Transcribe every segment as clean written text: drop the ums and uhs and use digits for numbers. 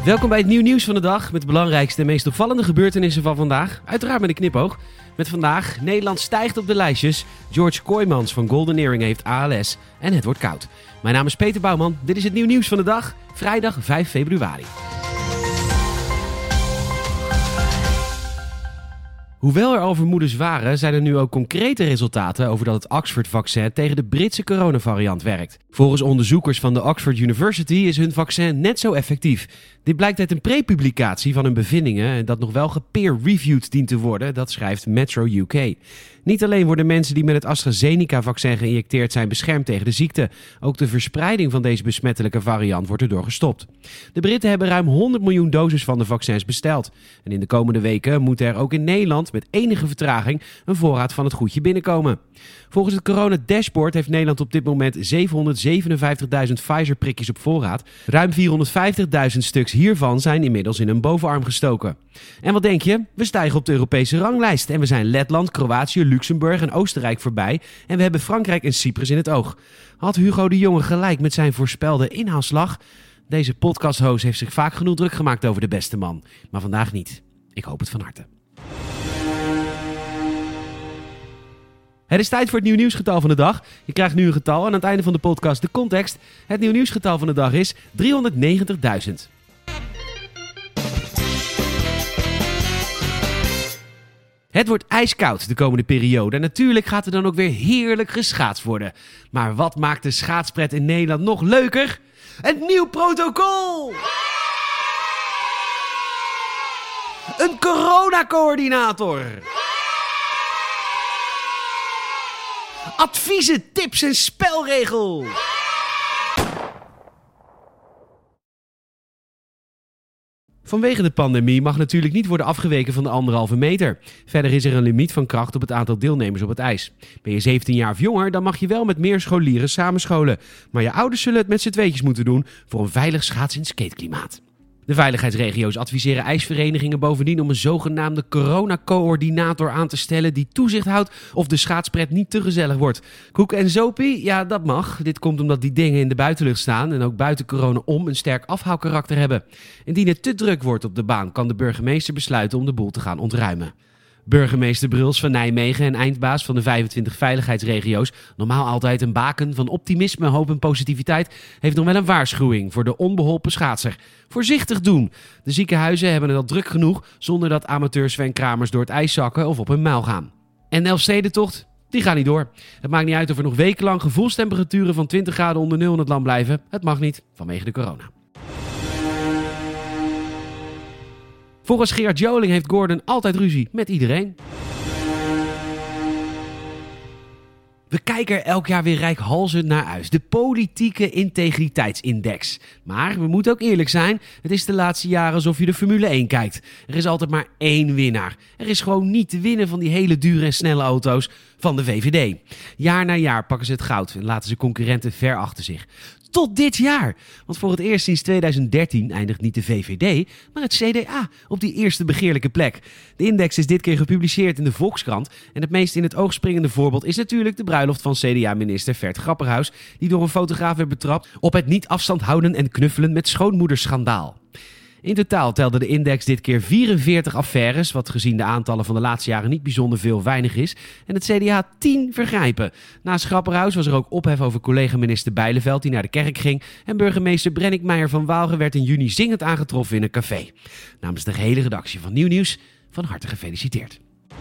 Welkom bij het nieuw nieuws van de dag met de belangrijkste en meest opvallende gebeurtenissen van vandaag. Uiteraard met een knipoog. Met vandaag, Nederland stijgt op de lijstjes. George Kooijmans van Golden Earring heeft ALS en het wordt koud. Mijn naam is Peter Bouwman. Dit is het nieuw nieuws van de dag, vrijdag 5 februari. Hoewel er al vermoedens waren, zijn er nu ook concrete resultaten over dat het Oxford-vaccin tegen de Britse coronavariant werkt. Volgens onderzoekers van de Oxford University is hun vaccin net zo effectief. Dit blijkt uit een prepublicatie van hun bevindingen en dat nog wel gepeer-reviewed dient te worden, dat schrijft Metro UK. Niet alleen worden mensen die met het AstraZeneca-vaccin geïnjecteerd zijn beschermd tegen de ziekte, ook de verspreiding van deze besmettelijke variant wordt erdoor gestopt. De Britten hebben ruim 100 miljoen doses van de vaccins besteld. En in de komende weken moet er ook in Nederland met enige vertraging een voorraad van het goedje binnenkomen. Volgens het corona-dashboard heeft Nederland op dit moment 757.000 Pfizer-prikjes op voorraad. Ruim 450.000 stuks hiervan zijn inmiddels in een bovenarm gestoken. En wat denk je? We stijgen op de Europese ranglijst en we zijn Letland, Kroatië, Luxemburg en Oostenrijk voorbij en we hebben Frankrijk en Cyprus in het oog. Had Hugo de Jonge gelijk met zijn voorspelde inhaalslag? Deze podcasthost heeft zich vaak genoeg druk gemaakt over de beste man, maar vandaag niet. Ik hoop het van harte. Het is tijd voor het nieuw nieuwsgetal van de dag. Je krijgt nu een getal en aan het einde van de podcast de context. Het nieuw nieuwsgetal van de dag is 390.000. Het wordt ijskoud de komende periode en natuurlijk gaat er dan ook weer heerlijk geschaatst worden. Maar wat maakt de schaatspret in Nederland nog leuker? Een nieuw protocol! Een coronacoördinator! Adviezen, tips en spelregels! Vanwege de pandemie mag natuurlijk niet worden afgeweken van de 1,5 meter. Verder is er een limiet van kracht op het aantal deelnemers op het ijs. Ben je 17 jaar of jonger, dan mag je wel met meer scholieren samenscholen. Maar je ouders zullen het met z'n tweetjes moeten doen voor een veilig schaats- en skateklimaat. De veiligheidsregio's adviseren ijsverenigingen bovendien om een zogenaamde coronacoördinator aan te stellen die toezicht houdt of de schaatspret niet te gezellig wordt. Koek en zopie? Ja, dat mag. Dit komt omdat die dingen in de buitenlucht staan en ook buiten corona om een sterk afhoukarakter hebben. Indien het te druk wordt op de baan, kan de burgemeester besluiten om de boel te gaan ontruimen. Burgemeester Bruls van Nijmegen en eindbaas van de 25 veiligheidsregio's, normaal altijd een baken van optimisme, hoop en positiviteit, heeft nog wel een waarschuwing voor de onbeholpen schaatser. Voorzichtig doen. De ziekenhuizen hebben het al druk genoeg zonder dat amateur Sven Kramers door het ijs zakken of op hun muil gaan. En de Elfstedentocht? Die gaat niet door. Het maakt niet uit of er nog wekenlang gevoelstemperaturen van 20 graden onder nul in het land blijven. Het mag niet, vanwege de corona. Volgens Gerard Joling heeft Gordon altijd ruzie met iedereen. We kijken er elk jaar weer reikhalzend naar uit. De politieke integriteitsindex. Maar we moeten ook eerlijk zijn. Het is de laatste jaren alsof je de Formule 1 kijkt. Er is altijd maar één winnaar. Er is gewoon niet te winnen van die hele dure en snelle auto's van de VVD. Jaar na jaar pakken ze het goud en laten ze concurrenten ver achter zich. Tot dit jaar. Want voor het eerst sinds 2013 eindigt niet de VVD, maar het CDA op die eerste begeerlijke plek. De index is dit keer gepubliceerd in de Volkskrant. En het meest in het oog springende voorbeeld is natuurlijk de bruiloft van CDA-minister Vert Grapperhaus, die door een fotograaf werd betrapt op het niet afstand houden en knuffelen met schoonmoederschandaal. In totaal telde de index dit keer 44 affaires, wat gezien de aantallen van de laatste jaren niet bijzonder weinig is. En het CDA 10 vergrijpen. Naast Grapperhaus was er ook ophef over collega-minister Bijleveld die naar de kerk ging. En burgemeester Brennick Meijer van Waalre werd in juni zingend aangetroffen in een café. Namens de gehele redactie van Nieuw Nieuws, van harte gefeliciteerd.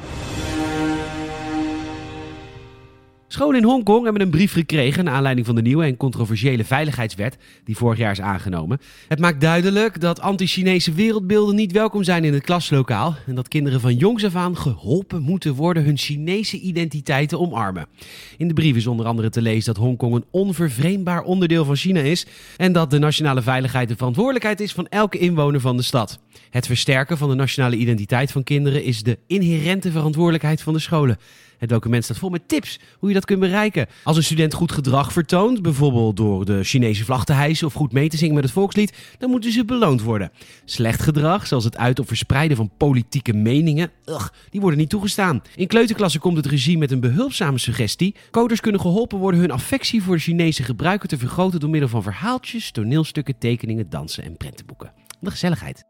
Scholen in Hongkong hebben een brief gekregen naar aanleiding van de nieuwe en controversiële veiligheidswet die vorig jaar is aangenomen. Het maakt duidelijk dat anti-Chinese wereldbeelden niet welkom zijn in het klaslokaal en dat kinderen van jongs af aan geholpen moeten worden hun Chinese identiteit te omarmen. In de brief is onder andere te lezen dat Hongkong een onvervreemdbaar onderdeel van China is en dat de nationale veiligheid de verantwoordelijkheid is van elke inwoner van de stad. Het versterken van de nationale identiteit van kinderen is de inherente verantwoordelijkheid van de scholen. Het document staat vol met tips hoe je dat kunt bereiken. Als een student goed gedrag vertoont, bijvoorbeeld door de Chinese vlag te hijsen of goed mee te zingen met het volkslied, dan moeten ze beloond worden. Slecht gedrag, zoals het uit- of verspreiden van politieke meningen, die worden niet toegestaan. In kleuterklassen komt het regime met een behulpzame suggestie. Coders kunnen geholpen worden hun affectie voor de Chinese gebruiker te vergroten door middel van verhaaltjes, toneelstukken, tekeningen, dansen en prentenboeken. de gezelligheid.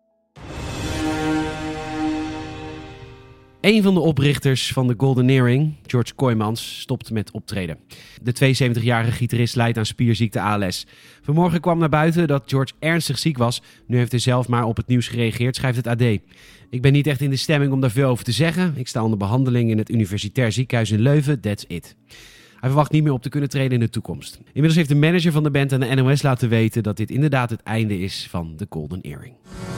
Een van de oprichters van de Golden Earring, George Kooijmans, stopt met optreden. De 72-jarige gitarist lijdt aan spierziekte ALS. Vanmorgen kwam naar buiten dat George ernstig ziek was. Nu heeft hij zelf maar op het nieuws gereageerd, schrijft het AD. Ik ben niet echt in de stemming om daar veel over te zeggen. Ik sta onder behandeling in het Universitair Ziekenhuis in Leuven, that's it. Hij verwacht niet meer op te kunnen treden in de toekomst. Inmiddels heeft de manager van de band aan de NOS laten weten dat dit inderdaad het einde is van de Golden Earring.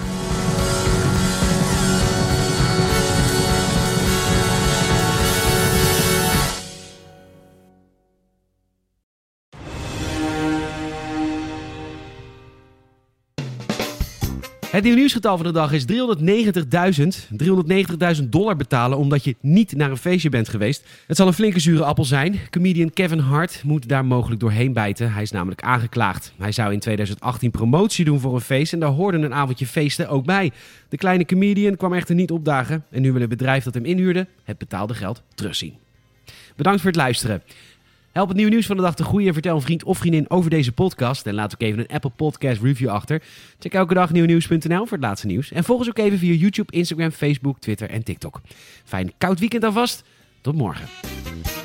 Het nieuwe nieuwsgetal van de dag is $390.000 betalen omdat je niet naar een feestje bent geweest. Het zal een flinke zure appel zijn. Comedian Kevin Hart moet daar mogelijk doorheen bijten. Hij is namelijk aangeklaagd. Hij zou in 2018 promotie doen voor een feest en daar hoorde een avondje feesten ook bij. De kleine comedian kwam echter niet opdagen en nu wil het bedrijf dat hem inhuurde het betaalde geld terugzien. Bedankt voor het luisteren. Help het nieuwe nieuws van de dag te groeien en vertel een vriend of vriendin over deze podcast. En laat ook even een Apple Podcast review achter. Check elke dag nieuwnieuws.nl voor het laatste nieuws. En volg ons ook even via YouTube, Instagram, Facebook, Twitter en TikTok. Fijn koud weekend alvast. Tot morgen.